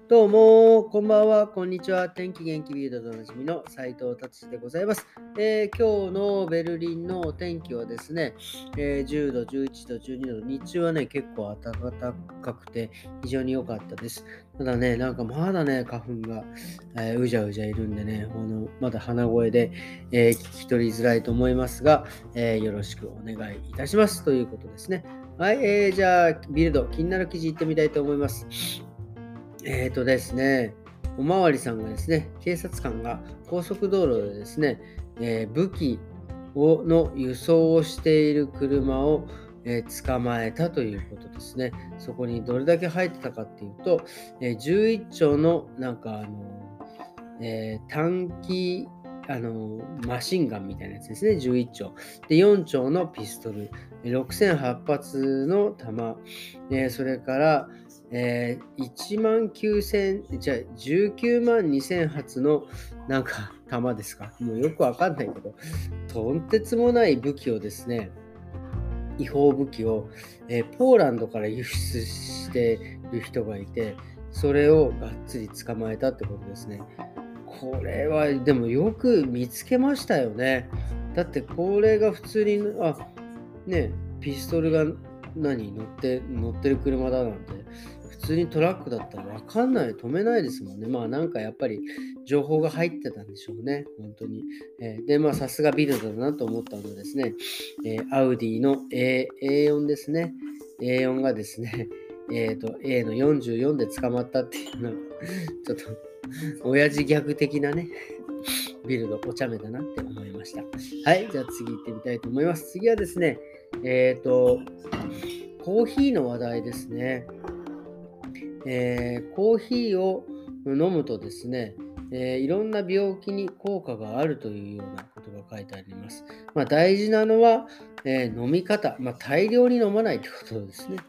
どうも、こんばんは、こんにちは。天気元気ビルドでおなじみの斉藤達でございます。今日のベルリンの天気はですね、10度、11度、12度、日中はね、結構暖かくて非常に良かったです。ただね、なんかまだね、花粉が、うじゃうじゃいるんでね、まだ鼻声で、聞き取りづらいと思いますが、よろしくお願いいたしますということですね。はい、じゃあ、ビルド、気になる記事いってみたいと思います。ですね、おまわりさんがですね、警察官が高速道路でですね、武器の輸送をしている車を、捕まえたということですね。そこにどれだけ入ってたかっていうと、11丁のなんか短期マシンガンみたいなやつですね、11丁。で、4丁のピストル、6008発の弾、それから、1万9000、じゃあ19万2000発のなんか弾ですか。もうよくわかんないけど、とんてつもない武器をですね、違法武器を、ポーランドから輸出してる人がいて、それをがっつり捕まえたってことですね。これはでもよく見つけましたよね。だってこれが普通に、ね、ピストルが乗ってる車だなんて、普通にトラックだったらわかんない、止めないですもんね。まあなんかやっぱり情報が入ってたんでしょうね、本当に。で、まあさすがビルドだなと思ったのはですね、アウディの A4 ですね。A4 がですね、A の44で捕まったっていうのは、ちょっと親父ギャグ的なね、ビルド、お茶目だなって思いました。はい、じゃあ次行ってみたいと思います。次はですね、コーヒーの話題ですね。コーヒーを飲むとですね、いろんな病気に効果があるというようなことが書いてあります。大事なのは、飲み方、大量に飲まないということですね。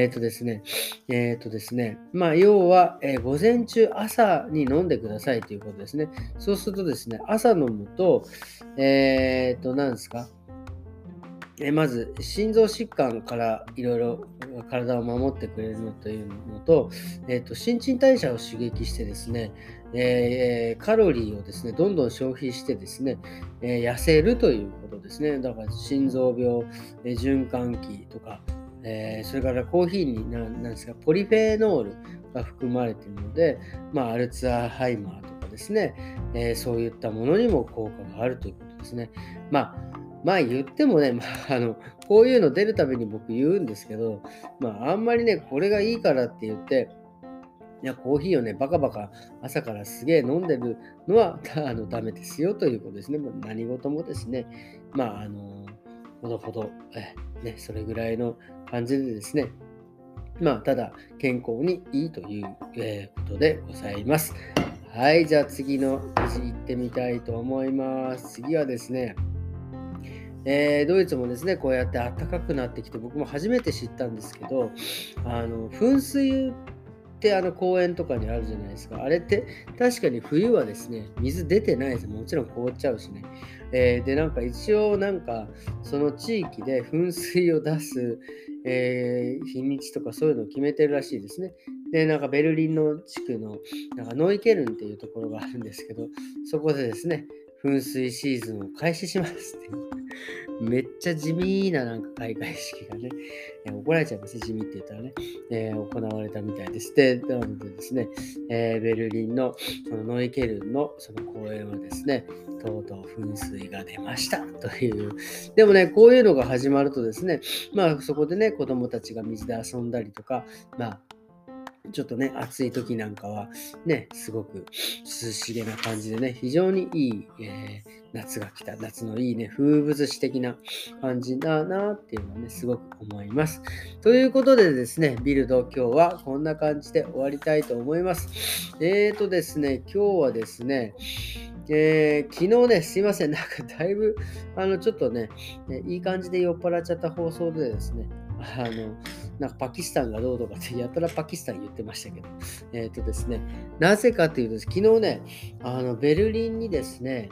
要は、午前中、朝に飲んでくださいということですね。そうするとですね、朝飲むと、何ですか、まず心臓疾患からいろいろ体を守ってくれるのというのと、新陳代謝を刺激してですね、カロリーをですね、どんどん消費してですね、痩せるということですね。だから心臓病、循環器とか、それからコーヒーになんですか、ポリフェノールが含まれているので、アルツハイマーとかですね、そういったものにも効果があるということですね。言ってもね、こういうの出るたびに僕言うんですけど、あんまりね、これがいいからって言って、いや、コーヒーをね、バカバカ朝からすげえ飲んでるのは、ダメですよということですね。何事もですね、ほどほど、それぐらいの感じでですね、ただ健康にいいという、ことでございます。はい、じゃあ次の記事行ってみたいと思います。次はですね、ドイツもですね、こうやって暖かくなってきて、僕も初めて知ったんですけど、噴水って公園とかにあるじゃないですか。あれって確かに冬はですね、水出てないです。もちろん凍っちゃうしね。で、なんか一応なんかその地域で噴水を出す、日にちとかそういうのを決めてるらしいですね。で、なんかベルリンの地区のなんかノイケルンっていうところがあるんですけど、そこでですね、噴水シーズンを開始しますっていう。めっちゃ地味ななんか開会式がね、怒られちゃいますね、地味って言ったらね、行われたみたいです。で、なのでですね、ベルリンのそのノイケルンのその公園はですね、とうとう噴水が出ましたという。でもね、こういうのが始まるとですね、そこでね、子供たちが水で遊んだりとか、ちょっとね、暑い時なんかは、ね、すごく涼しげな感じでね、非常にいい、夏が来た、夏のいいね、風物詩的な感じだなっていうのはね、すごく思います。ということでですね、ビルド今日はこんな感じで終わりたいと思います。ですね、今日はですね、昨日ね、すいません、なんかだいぶ、ちょっとね、いい感じで酔っ払っちゃった放送でですね、なんかパキスタンがどうとかってやたらパキスタン言ってましたけど、ですね、なぜかというと、昨日ね、ベルリンにですね、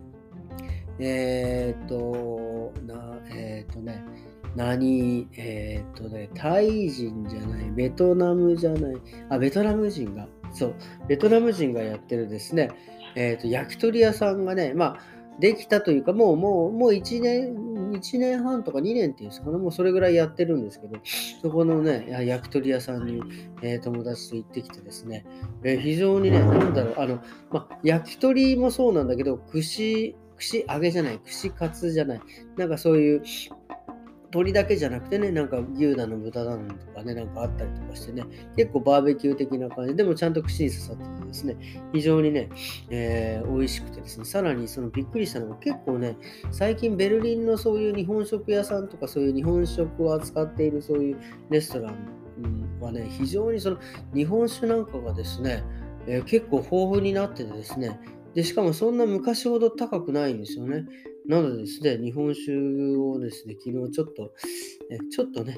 えーっと、な、えーっとね、タイ人じゃない、ベトナムじゃない、ベトナム人がそう、ベトナム人がやってるですね、焼き鳥屋さんがね、できたというか、もう1年半とか2年っていうんですかね、もうそれぐらいやってるんですけど、そこのね、焼き鳥屋さんに、友達と行ってきてですね、非常にね、なんだろう、焼き鳥もそうなんだけど、串揚げじゃない、串カツじゃない、なんかそういう鶏だけじゃなくてね、なんか牛だの豚だのとかね、なんかあったりとかしてね、結構バーベキュー的な感じでもちゃんと串に刺さっててですね、非常にね、美味しくてですね、さらにそのびっくりしたのが結構ね、最近ベルリンのそういう日本食屋さんとかそういう日本食を扱っているそういうレストランはね、非常にその日本酒なんかがですね、結構豊富になっててですね、で、しかもそんな昔ほど高くないんですよね。なのでですね、日本酒をですね、昨日ちょっとね、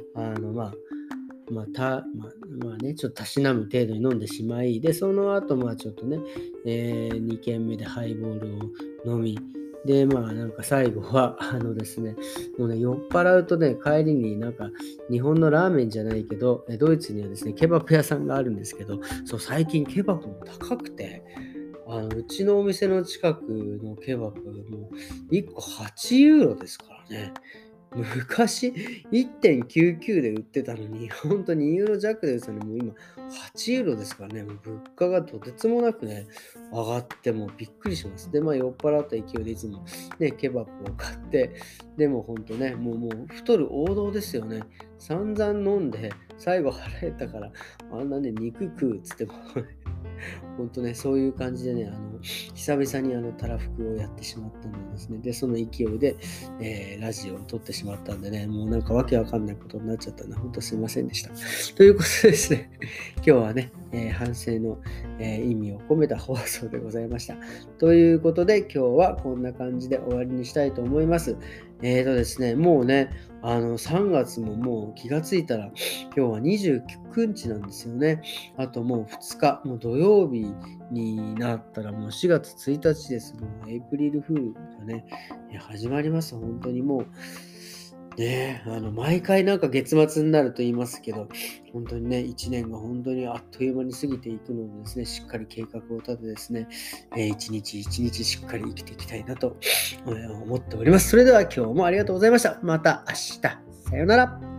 ね、ちょっとたしなむ程度に飲んでしまい、で、その後、ちょっとね、2軒目でハイボールを飲み、で、なんか最後は、ですね、もうね、酔っ払うとね、帰りになんか、日本のラーメンじゃないけど、ドイツにはですね、ケバブ屋さんがあるんですけど、そう、最近ケバブも高くて、うちのお店の近くのケバブも1個8ユーロですからね。昔1.99で売ってたのに、ほんと2ユーロ弱ですよね。もう今8ユーロですからね。もう物価がとてつもなくね、上がってもうびっくりします。で、酔っ払った勢いでいつもね、ケバブを買って、でもほんとね、もう太る王道ですよね。散々飲んで、最後腹減ったから、あんなね、肉食うっつってもほんとね、そういう感じでね、久々にたらふくをやってしまったのですね。で、その勢いで、ラジオを撮ってしまったんでね、もうなんかわけわかんないことになっちゃったんで、ほんとすいませんでした。ということでですね、今日はね、反省の、意味を込めた放送でございました。ということで、今日はこんな感じで終わりにしたいと思います。ですね、もうね、3月ももう気がついたら、今日は29日なんですよね。あともう2日、もう土曜日になったらもう4月1日です。もうエイプリルフールがね、始まります。本当にもう、ね、毎回なんか月末になると言いますけど、本当にね、1年が本当にあっという間に過ぎていくのでですね、しっかり計画を立ててですね、一日一日しっかり生きていきたいなと、思っております。それでは今日もありがとうございました。また明日。さようなら。